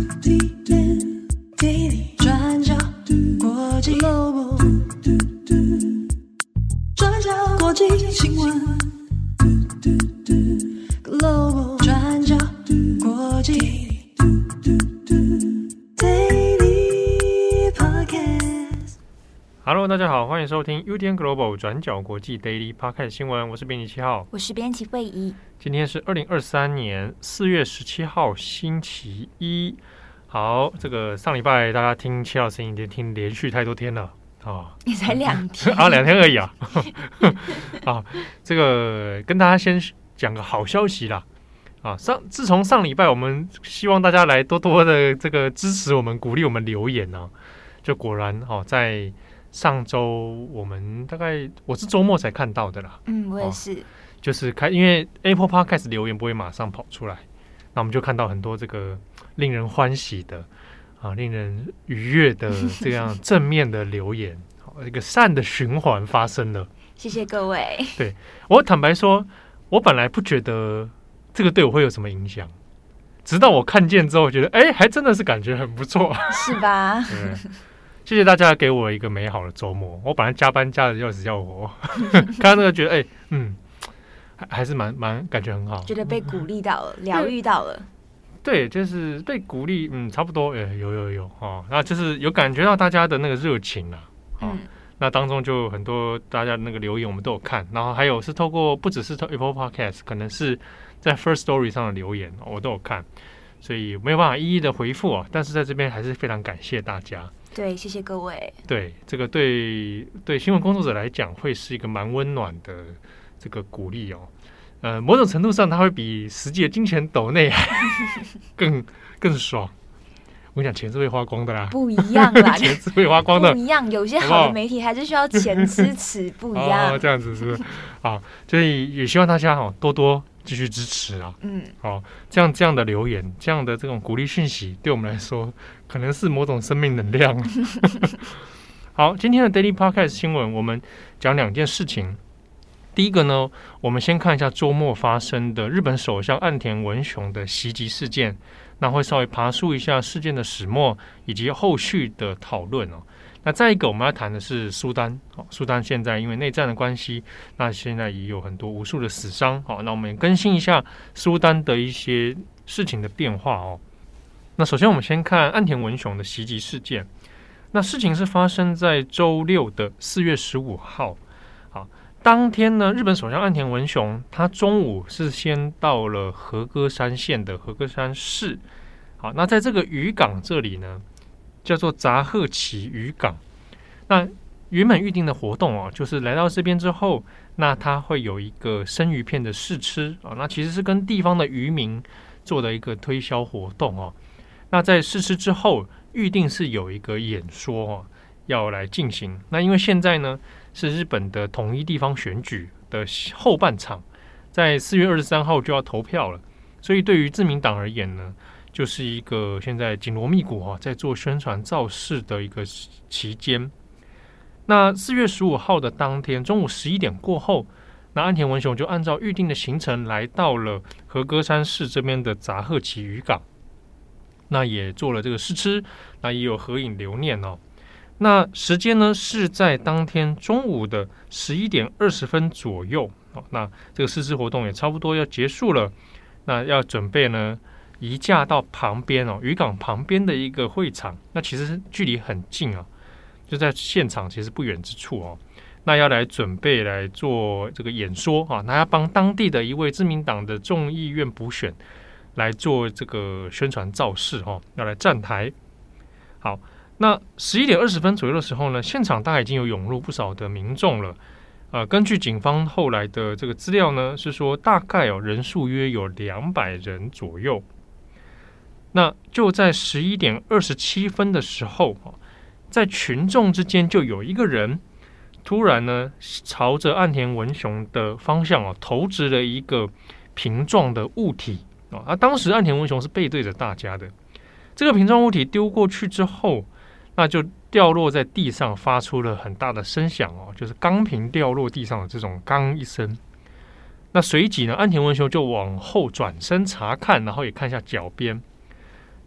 转角国际 Global， 转角国际新闻 Global， 转角国际 Daily Podcast。Hello， 大家好，欢迎收听 UDN Global 转角国际 Daily Podcast 新闻，我是编辑7号， 我是编辑惠仪。 今天是2023年4月17号星期一。好，这个上礼拜大家听7号声音听连续太多天了啊， 也才2天啊，2天而已啊。啊，这个跟大家先讲个好消息啦。啊，自从上礼拜我们希望大家来多多的这个支持我们、鼓励我们留言啊，就果然在上周我们大概我是周末才看到的啦。 我也是。 就是因为 Apple Podcast 留言不会马上跑出来，那我们就看到很多这个令人欢喜的令人愉悦的这样正面的留言，一个善的循环发生了。 谢谢各位。 对，我坦白说，我本来不觉得这个对我会有什么影响，直到我看见之后，觉得还真的是感觉很不错， 是吧？ 对，谢谢大家给我一个美好的周末。我本来加班加的要死要活，看到那个觉得还是蛮感觉很好， 觉得被鼓励到了，疗愈到了。 对，就是被鼓励，差不多，有那就是有感觉到大家的那个热情啦，那当中就很多大家的那个留言我们都有看，然后还有是透过不只是 Apple Podcast， 可能是在 First Story 上的留言我都有看，所以没有办法一一的回复啊，但是在这边还是非常感谢大家。 对，谢谢各位。 对，这个对新闻工作者来讲会是一个蛮温暖的这个鼓励某种程度上它会比实际的金钱抖内更爽。我跟你讲，钱是会花光的啦， 不一样啦， 钱是会花光的， 不一样。有些好的媒体还是需要钱支持，不一样。 这样子是不是？所以也希望大家多多继续支持啊。这样的留言，这样的这种鼓励讯息，对我们来说可能是某种生命能量。好，今天的 Daily Podcast 新闻，我们讲2件事情。第一个呢，我们先看一下周末发生的日本首相岸田文雄的袭击事件，那会稍微爬梳一下事件的始末以及后续的讨论那再一个我们要谈的是苏丹苏丹现在因为内战的关系，那现在也有很多无数的死伤那我们也更新一下苏丹的一些事情的变化那首先我们先看岸田文雄的袭击事件，那事情是发生在周六的4月15号。当天呢，日本首相岸田文雄他中午是先到了和歌山县的和歌山市。那在这个渔港这里呢，叫做杂贺崎渔港。那原本预定的活动就是来到这边之后，那他会有一个生鱼片的试吃那其实是跟地方的渔民做的一个推销活动那在试吃之后，预定是有一个演说要来进行。那因为现在呢是日本的统一地方选举的后半场，在4月23号就要投票了，所以对于自民党而言呢，就是一个现在紧锣密鼓在做宣传造势的一个期间。那4月15号的当天中午11点过后，那岸田文雄就按照预定的行程来到了和歌山市这边的杂贺崎渔港，那也做了这个试吃，那也有合影留念那时间呢是在当天中午的11点20分左右那这个试吃活动也差不多要结束了，那要准备呢移驾到旁边渔港旁边的一个会场，那其实距离很近就在现场其实不远之处那要来准备来做这个演说那要帮当地的一位自民党的众议院补选来做这个宣传造势要来站台。好，那11点20分左右的时候呢，现场大概已经有涌入不少的民众了。根据警方后来的这个资料呢，是说大概人数约有200人左右。那就在11点27分的时候，在群众之间就有一个人突然呢，朝着岸田文雄的方向投掷了一个瓶状的物体当时岸田文雄是背对着大家的，这个瓶状物体丢过去之后，那就掉落在地上，发出了很大的声响就是钢瓶掉落地上的这种钢一声。那随即呢，岸田文雄就往后转身查看，然后也看一下脚边，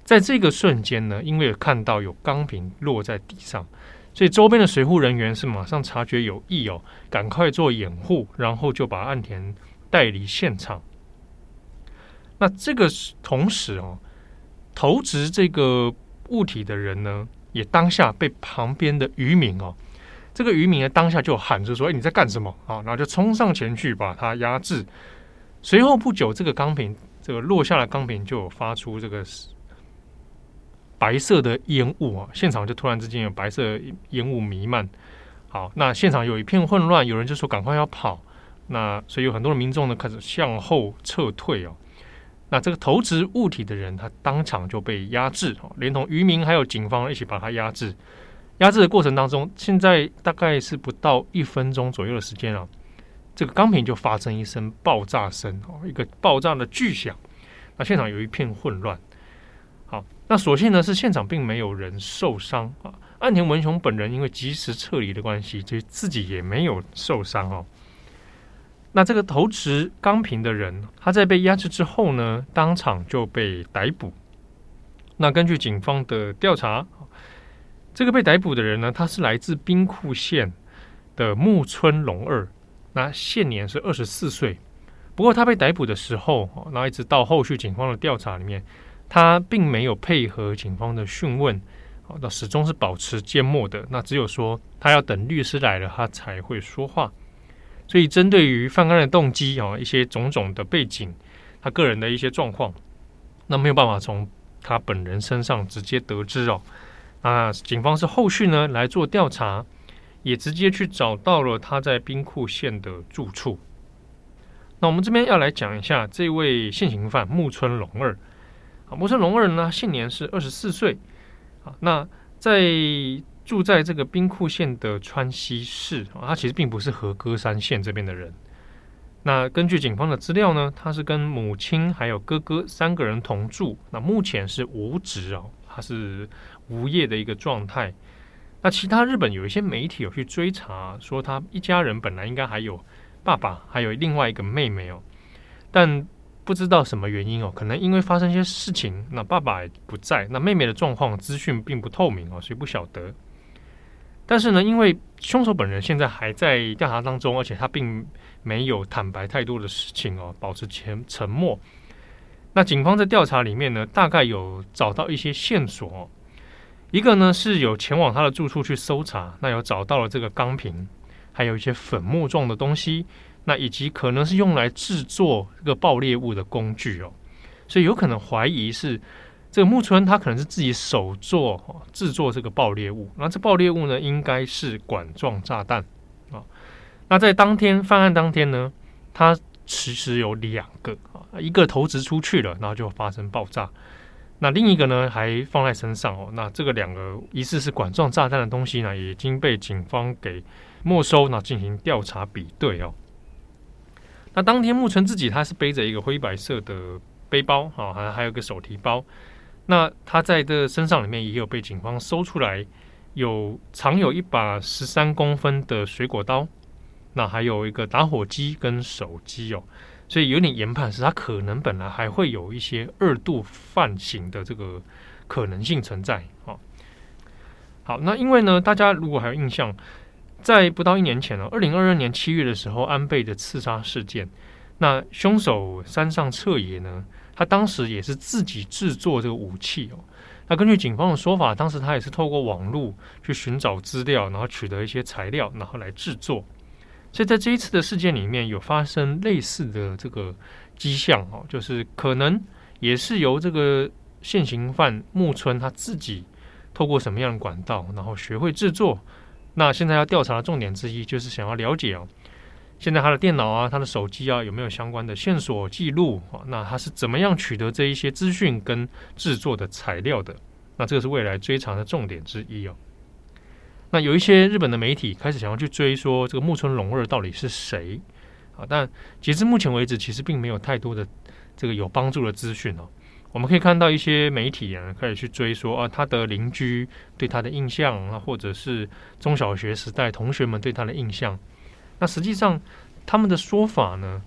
在这个瞬间呢，因为有看到有钢瓶落在地上，所以周边的水护人员是马上察觉有异哦，赶快做掩护，然后就把岸田带离现场。那这个同时哦，投掷这个物体的人呢，也当下被旁边的渔民哦，这个渔民呢当下就喊着说：“你在干什么？”啊，然后就冲上前去把他压制。随后不久，这个钢瓶，这个落下的钢瓶就有发出这个白色的烟雾啊，现场就突然之间有白色烟雾弥漫。好，那现场有一片混乱，有人就说赶快要跑，那所以有很多的民众呢开始向后撤退哦。那这个投掷物体的人，他当场就被压制，连同渔民还有警方一起把他压制。压制的过程当中，现在大概是不到1分钟左右的时间啊，这个钢瓶就发生一声爆炸声，一个爆炸的巨响。那现场有一片混乱。好，那所幸呢是现场并没有人受伤啊。岸田文雄本人因为及时撤离的关系，所以自己也没有受伤哦。那这个投掷钢瓶的人，他在被压制之后呢，当场就被逮捕。那根据警方的调查，这个被逮捕的人呢，他是来自兵库县的木村隆二，那现年是24岁。不过他被逮捕的时候，那一直到后续警方的调查里面，他并没有配合警方的讯问，那始终是保持缄默的。那只有说他要等律师来了，他才会说话。所以针对于犯案的动机一些种种的背景，他个人的一些状况，那没有办法从他本人身上直接得知哦。那警方是后续呢来做调查，也直接去找到了他在兵库县的住处。那我们这边要来讲一下这位现行犯木村隆二。木村隆二呢，现年是24岁。那住在这个兵库县的川西市，他其实并不是和歌山县这边的人。那根据警方的资料呢，他是跟母亲还有哥哥3个人同住。那目前是无职哦，他是无业的一个状态。那其他日本有一些媒体有去追查，说他一家人本来应该还有爸爸，还有另外一个妹妹哦，但不知道什么原因哦，可能因为发生一些事情，那爸爸也不在，那妹妹的状况资讯并不透明哦，所以不晓得。但是呢，因为凶手本人现在还在调查当中，而且他并没有坦白太多的事情哦，保持沉默。那警方在调查里面呢，大概有找到一些线索哦。一个呢是有前往他的住处去搜查，那有找到了这个钢瓶，还有一些粉末状的东西，那以及可能是用来制作这个爆裂物的工具哦，所以有可能怀疑是这个木村他可能是自己手做制作这个爆裂物，那这爆裂物呢应该是管状炸弹啊。那在犯案当天呢，他其实有2个一个投掷出去了，然后就发生爆炸。那另一个呢还放在身上哦。那这个2个疑似是管状炸弹的东西呢，也已经被警方给没收，那进行调查比对哦。那当天木村自己他是背着一个灰白色的背包还有一个手提包。那他在这身上里面也有被警方搜出来，藏有一把13公分的水果刀，那还有一个打火机跟手机哦，所以有点研判是他可能本来还会有一些2度犯行的这个可能性存在哦。好，那因为呢，大家如果还有印象，在不到1年前2022年7月的时候，安倍的刺杀事件，那凶手山上彻也呢，他当时也是自己制作这个武器哦。那根据警方的说法，当时他也是透过网络去寻找资料，然后取得一些材料，然后来制作。所以在这一次的事件里面，有发生类似的这个迹象哦，就是可能也是由这个现行犯木村他自己透过什么样的管道，然后学会制作。那现在要调查的重点之一，就是想要了解现在他的电脑啊，他的手机啊，有没有相关的线索记录那他是怎么样取得这一些资讯跟制作的材料的？那这个是未来追查的重点之一哦。那有一些日本的媒体开始想要去追说这个木村隆二到底是谁但截至目前为止，其实并没有太多的这个有帮助的资讯哦。我们可以看到一些媒体开始去追说他的邻居对他的印象或者是中小学时代同学们对他的印象。那实际上他们的说法呢，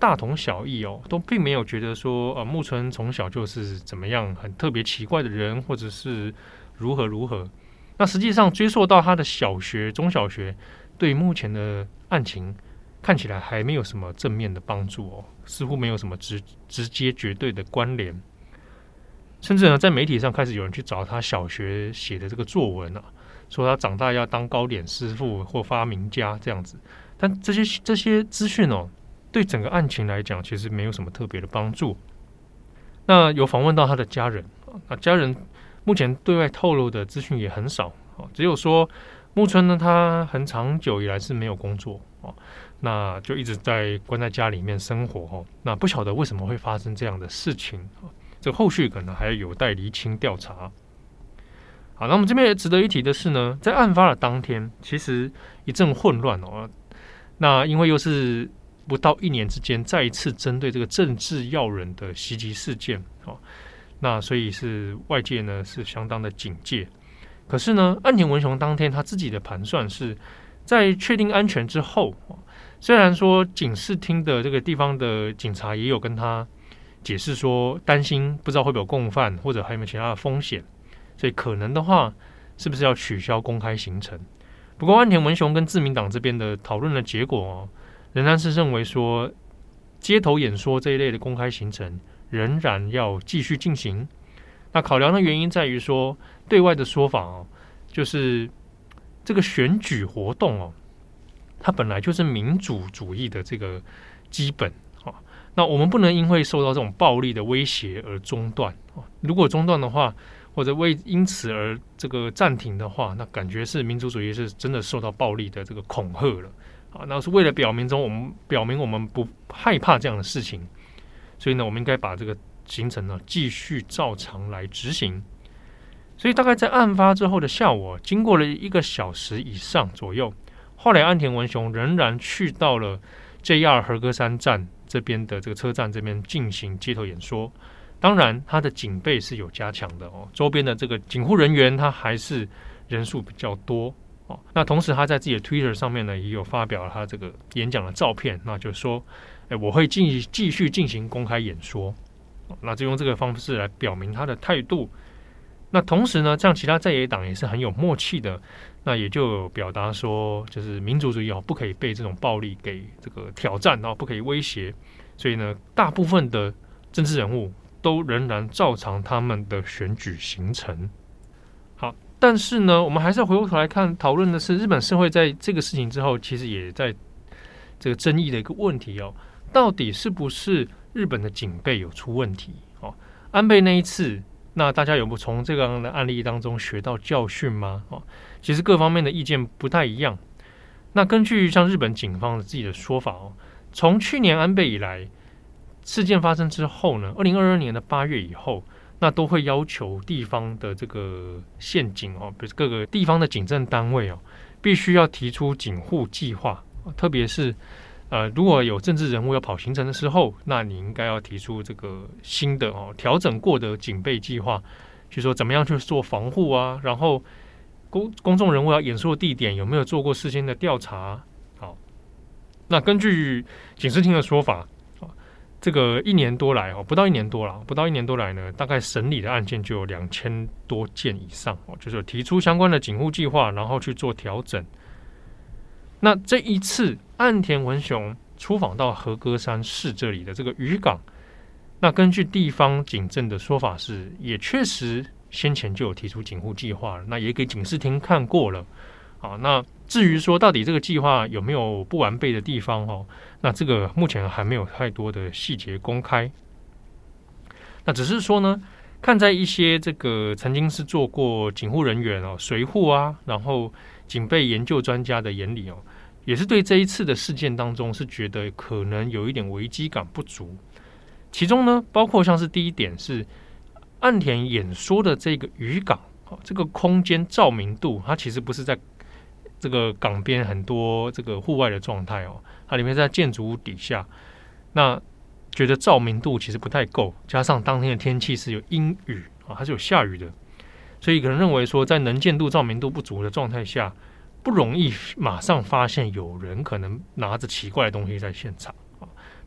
大同小异哦，都并没有觉得说木村从小就是怎么样很特别奇怪的人，或者是如何。那实际上追溯到他的小学、中小学，对目前的案情看起来还没有什么正面的帮助哦，似乎没有什么直接绝对的关联。甚至呢，在媒体上开始有人去找他小学写的这个作文啊，说他长大要当糕点师傅或发明家这样子。但这些资讯哦，对整个案情来讲，其实没有什么特别的帮助。那有访问到他的家人，那家人目前对外透露的资讯也很少，只有说木村呢，他很长久以来是没有工作，那就一直在关在家里面生活，那不晓得为什么会发生这样的事情，这后续可能还有待厘清调查。好，那我们这边也值得一提的是呢，在案发的当天，其实一阵混乱哦。那因为又是不到1年之间，再一次针对这个政治要人的袭击事件，那所以是外界呢是相当的警戒。可是呢，岸田文雄当天他自己的盘算是在确定安全之后，虽然说警视厅的这个地方的警察也有跟他解释说，担心不知道会不会有共犯，或者还有没有其他的风险，所以可能的话，是不是要取消公开行程？不过岸田文雄跟自民党这边的讨论的结果仍然是认为说，街头演说这一类的公开行程仍然要继续进行。那考量的原因在于说，对外的说法就是这个选举活动它本来就是民主主义的这个基本那我们不能因为受到这种暴力的威胁而中断如果中断的话，或者因此而这个暂停的话，那感觉是民主主义是真的受到暴力的这个恐吓了那是为了表明我们不害怕这样的事情，所以呢，我们应该把这个行程呢继续照常来执行。所以大概在案发之后的下午经过了1个小时以上左右，后来岸田文雄仍然去到了 JR 和歌山站这边的这个车站这边进行街头演说。当然他的警备是有加强的周边的这个警护人员他还是人数比较多那同时他在自己的 Twitter 上面呢也有发表了他这个演讲的照片，那就是说我会继续进行公开演说，那就用这个方式来表明他的态度。那同时呢，这样其他在野党也是很有默契的，那也就表达说，就是民主主义不可以被这种暴力给这个挑战不可以威胁。所以呢，大部分的政治人物都仍然照常他们的选举行程。好，但是呢，我们还是要回过头来看，讨论的是日本社会在这个事情之后，其实也在这个争议的一个问题到底是不是日本的警备有出问题安倍那一次，那大家有没有从这个的案例当中学到教训吗？其实各方面的意见不太一样。那根据像日本警方的自己的说法从去年安倍以来，事件发生之后呢，2022年的8月以后，那都会要求地方的这个县警比如各个地方的警政单位必须要提出警护计划，特别是如果有政治人物要跑行程的时候，那你应该要提出这个新的调整过的警备计划，就说怎么样去做防护啊，然后公众人物要演说的地点有没有做过事先的调查。好，那根据警视厅的说法，这个1年多来不到1年多来呢，大概审理的案件就有2000多件以上就是有提出相关的警护计划，然后去做调整。那这一次岸田文雄出访到和歌山市这里的这个渔港，那根据地方警政的说法是，也确实先前就有提出警护计划了，那也给警视厅看过了。那至于说到底这个计划有没有不完备的地方那这个目前还没有太多的细节公开。那只是说呢，看在一些这个曾经是做过警护人员随护啊，然后警备研究专家的眼里也是对这一次的事件当中是觉得可能有一点危机感不足。其中呢，包括像是第一点是岸田演说的这个渔港这个空间照明度，它其实不是在这个港边很多这个户外的状态它里面在建筑物底下，那觉得照明度其实不太够，加上当天的天气是有阴雨它是有下雨的，所以可能认为说在能见度照明度不足的状态下，不容易马上发现有人可能拿着奇怪的东西在现场那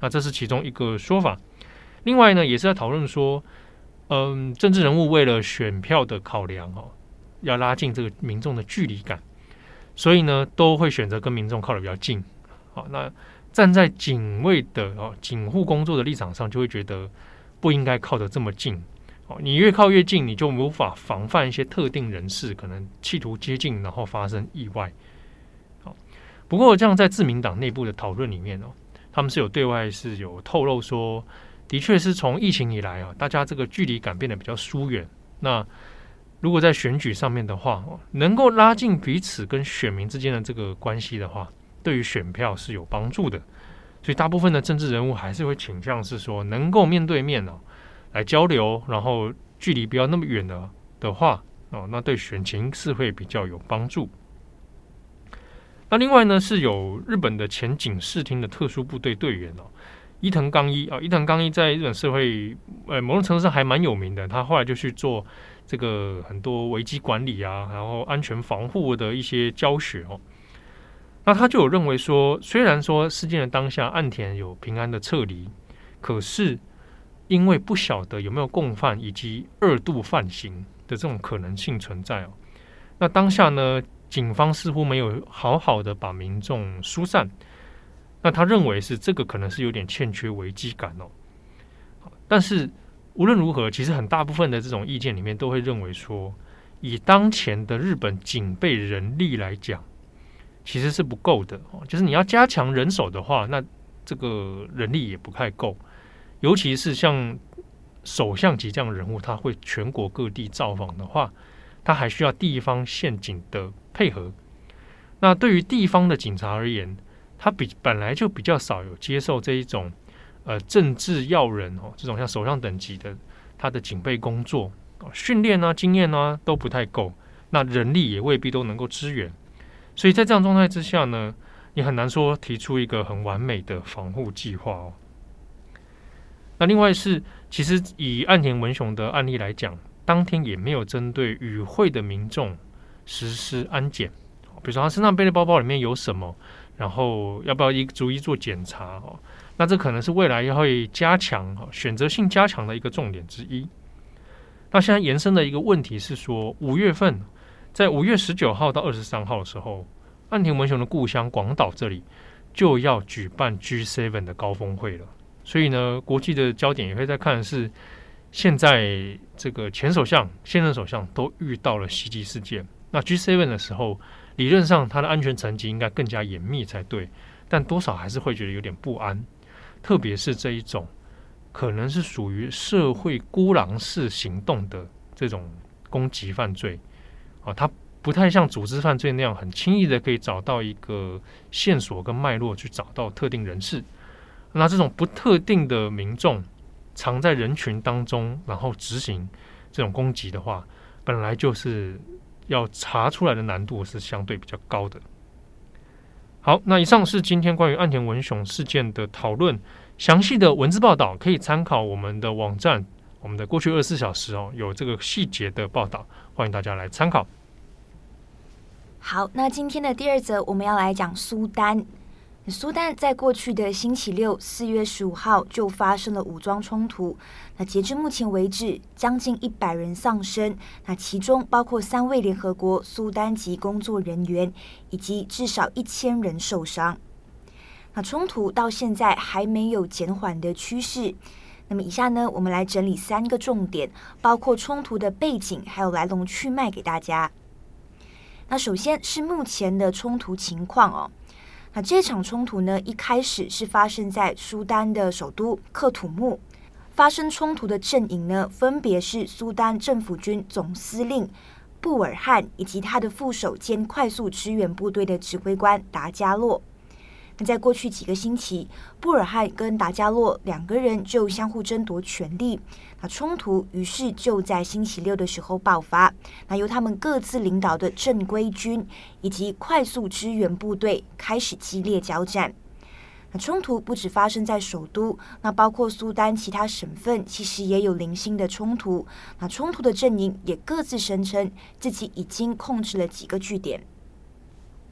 那这是其中一个说法。另外呢，也是在讨论说，政治人物为了选票的考量要拉近这个民众的距离感，所以呢，都会选择跟民众靠得比较近。好，那站在警卫的警护工作的立场上，就会觉得不应该靠得这么近。你越靠越近，你就无法防范一些特定人士可能企图接近，然后发生意外。好，不过这样在自民党内部的讨论里面他们是有对外是有透露说，的确是从疫情以来大家这个距离感变得比较疏远。那如果在选举上面的话，能够拉近彼此跟选民之间的这个关系的话，对于选票是有帮助的。所以大部分的政治人物还是会倾向是说，能够面对面来交流，然后距离不要那么远的话那对选情是会比较有帮助。那另外呢，是有日本的前警视厅的特殊部队队员伊藤刚一伊藤刚一在日本社会某种程度上还蛮有名的，他后来就去做这个很多危机管理然后安全防护的一些教学那他就有认为说，虽然说事件的当下岸田有平安的撤离，可是因为不晓得有没有共犯以及二度犯行的这种可能性存在那当下呢，警方似乎没有好好的把民众疏散，那他认为是这个可能是有点欠缺危机感但是无论如何，其实很大部分的这种意见里面都会认为说，以当前的日本警备人力来讲，其实是不够的就是你要加强人手的话，那这个人力也不太够。尤其是像首相级这样的人物，他会全国各地造访的话，他还需要地方县警的配合。那对于地方的警察而言，他本来就比较少有接受这一种政治要人这种像首相等级的他的警备工作训练经验都不太够，那人力也未必都能够支援。所以在这样状态之下呢，你很难说提出一个很完美的防护计划那另外是，其实以岸田文雄的案例来讲，当天也没有针对与会的民众实施安检，比如说他身上背的包包里面有什么，然后要不要逐一做检查那这可能是未来会加强选择性加强的一个重点之一。那现在延伸的一个问题是说，5月份在5月19号到23号的时候，岸田文雄的故乡广岛这里就要举办 G7 的高峰会了。所以呢，国际的焦点也会在看的是，现在这个前首相、现任首相都遇到了袭击事件。那 G7 的时候，理论上它的安全层级应该更加严密才对，但多少还是会觉得有点不安。特别是这一种可能是属于社会孤狼式行动的这种攻击犯罪它不太像组织犯罪那样很轻易的可以找到一个线索跟脉络去找到特定人士。那这种不特定的民众藏在人群当中，然后执行这种攻击的话，本来就是要查出来的难度是相对比较高的。好，那以上是今天关于岸田文雄事件的讨论，详细的文字报道可以参考我们的网站，我们的过去24小时有这个细节的报道，欢迎大家来参考。 好，那今天的第二则我们要来讲苏丹。苏丹在过去的星期六4月15号就发生了武装冲突，那截至目前为止，将近100人丧生，那其中包括3位联合国苏丹籍工作人员，以及至少1000人受伤。那冲突到现在还没有减缓的趋势。那么以下呢，我们来整理3个重点，包括冲突的背景还有来龙去脉给大家。那首先是目前的冲突情况那这场冲突呢，一开始是发生在苏丹的首都克土木。发生冲突的阵营呢，分别是苏丹政府军总司令布尔汉以及他的副手兼快速支援部队的指挥官达加洛。那在过去几个星期，布尔汉跟达加洛2个人就相互争夺权力，那冲突于是就在星期六的时候爆发。那由他们各自领导的正规军以及快速支援部队开始激烈交战。那冲突不只发生在首都，那包括苏丹其他省份其实也有零星的冲突。那冲突的阵营也各自声称自己已经控制了几个据点。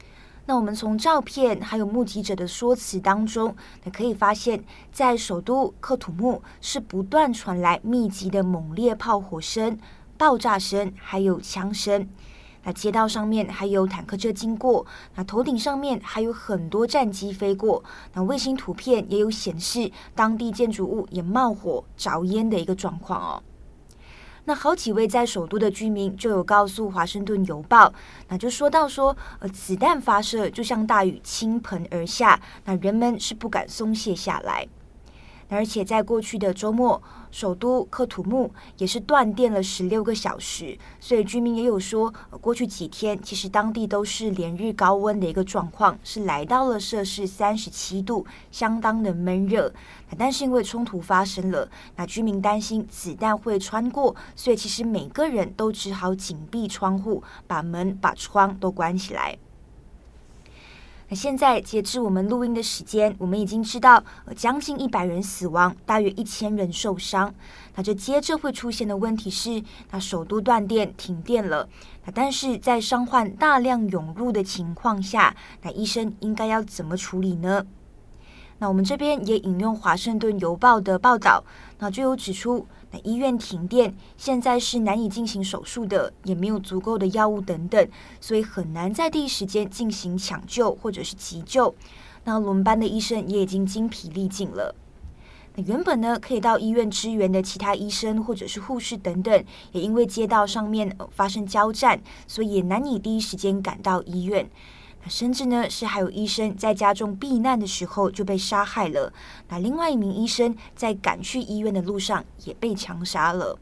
那我们从照片还有目击者的说辞当中，可以发现，在首都喀土穆是不断传来密集的猛烈炮火声、爆炸声，还有枪声。那街道上面还有坦克车经过，那头顶上面还有很多战机飞过。那卫星图片也有显示，当地建筑物也冒火着烟的一个状况哦。那好几位在首都的居民就有告诉《华盛顿邮报》，那就说到说，子弹发射就像大雨倾盆而下，那人们是不敢松懈下来。而且在过去的周末，首都喀土穆也是断电了16个小时，所以居民也有说，过去几天其实当地都是连日高温的一个状况，是来到了摄氏37度，相当的闷热。但是因为冲突发生了，那居民担心子弹会穿过，所以其实每个人都只好紧闭窗户，把门把窗都关起来。那现在截至我们录音的时间，我们已经知道将近100人死亡，大约1000人受伤。那这接着会出现的问题是，那首都断电停电了，那但是在伤患大量涌入的情况下，那医生应该要怎么处理呢？那我们这边也引用《华盛顿邮报》的报道，那就有指出，那医院停电，现在是难以进行手术的，也没有足够的药物等等，所以很难在第一时间进行抢救或者是急救。那轮班的医生也已经精疲力尽了。那原本呢可以到医院支援的其他医生或者是护士等等，也因为街道上面发生交战，所以也难以第一时间赶到医院。甚至呢是还有医生在家中避难的时候就被杀害了，那另外一名医生在赶去医院的路上也被枪杀了。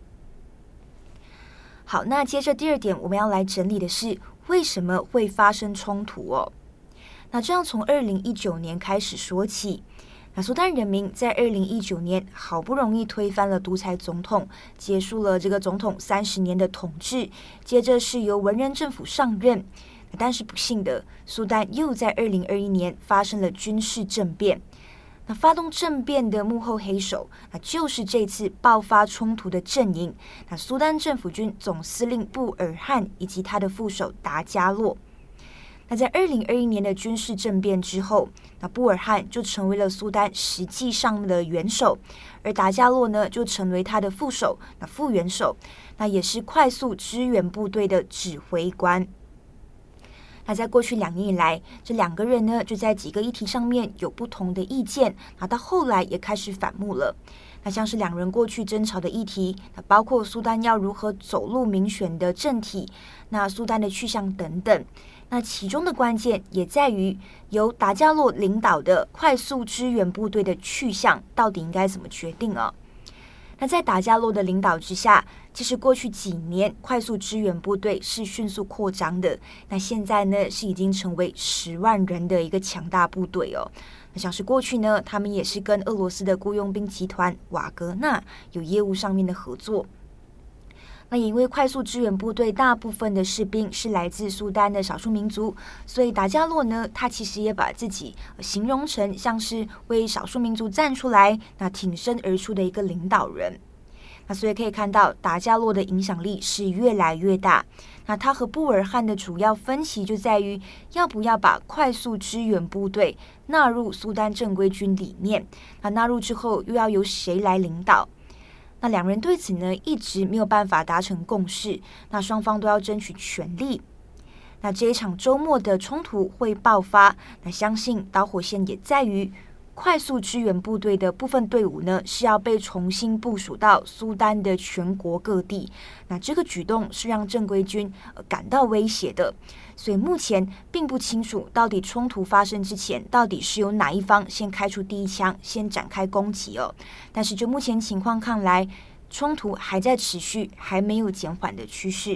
好，那接着第二点我们要来整理的是为什么会发生冲突哦。那这样从2019年开始说起，那苏丹人民在2019年好不容易推翻了独裁总统，结束了这个总统30年的统治，接着是由文人政府上任。但是不幸的，苏丹又在2021年发生了军事政变。那发动政变的幕后黑手，那就是这次爆发冲突的阵营，那苏丹政府军总司令布尔汉以及他的副手达加洛。那在2021年的军事政变之后，那布尔汉就成为了苏丹实际上的元首，而达加洛呢就成为他的副手，那副元首，那也是快速支援部队的指挥官。那在过去2年以来，这2个人呢就在几个议题上面有不同的意见，那到后来也开始反目了。那像是2人过去争吵的议题，那包括苏丹要如何走入民选的政体，那苏丹的去向等等。那其中的关键也在于由达加洛领导的快速支援部队的去向到底应该怎么决定啊？那在达加洛的领导之下，其实过去几年快速支援部队是迅速扩张的，那现在呢是已经成为10万人的一个强大部队哦。那像是过去呢，他们也是跟俄罗斯的雇佣兵集团瓦格纳有业务上面的合作。那也因为快速支援部队大部分的士兵是来自苏丹的少数民族，所以达加洛呢，他其实也把自己形容成像是为少数民族站出来，那挺身而出的一个领导人。那所以可以看到达加洛的影响力是越来越大。那他和布尔汉的主要分歧就在于要不要把快速支援部队纳入苏丹正规军里面，那纳入之后又要由谁来领导？那2人对此呢一直没有办法达成共识，那双方都要争取权力。那这一场周末的冲突会爆发，那相信导火线也在于快速支援部队的部分队伍呢是要被重新部署到苏丹的全国各地，那这个举动是让正规军感到威胁的，所以目前并不清楚到底冲突发生之前到底是由哪一方先开出第一枪，先展开攻击哦。但是就目前情况看来，冲突还在持续，还没有减缓的趋势。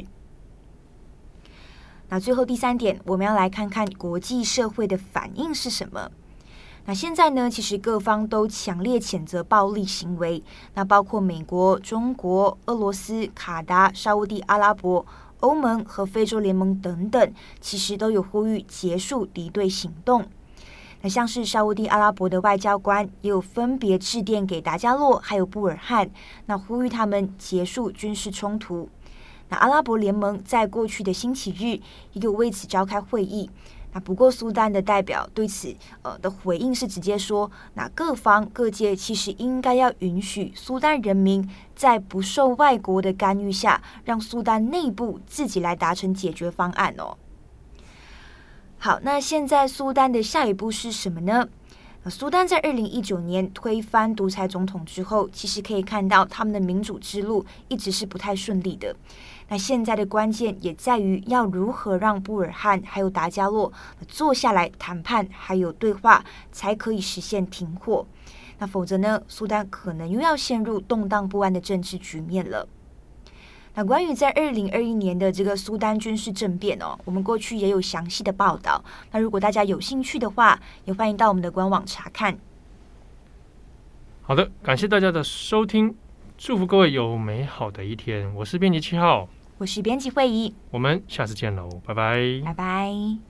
那最后第3点，我们要来看看国际社会的反应是什么。那现在呢，其实各方都强烈谴责暴力行为，那包括美国、中国、俄罗斯、卡达、沙烏地阿拉伯、欧盟和非洲联盟等等，其实都有呼吁结束敌对行动。那像是沙烏地阿拉伯的外交官也有分别致电给达加洛还有布尔汉，那呼吁他们结束军事冲突。那阿拉伯联盟在过去的星期日也有为此召开会议， 那不过苏丹的代表对此的回应是直接说，那各方各界其实应该要允许苏丹人民在不受外国的干预下，让苏丹内部自己来达成解决方案哦。好，那现在苏丹的下一步是什么呢？苏丹在2019年推翻独裁总统之后，其实可以看到他们的民主之路一直是不太顺利的。那现在的关键也在于要如何让布尔汉还有达加洛坐下来谈判还有对话，才可以实现停火。那否则呢，苏丹可能又要陷入动荡不安的政治局面了。那关于在2021年的这个苏丹军事政变哦，我们过去也有详细的报道。那如果大家有兴趣的话，也欢迎到我们的官网查看。 好的，感谢大家的收听，祝福各位有美好的一天。我是编辑7号， 我是编辑慧仪， 我们下次见喽，拜拜， 拜拜。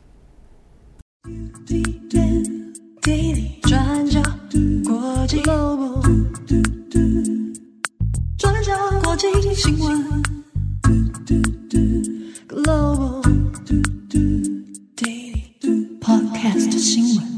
转角国际转角国际新闻 Global Daily Podcast 新闻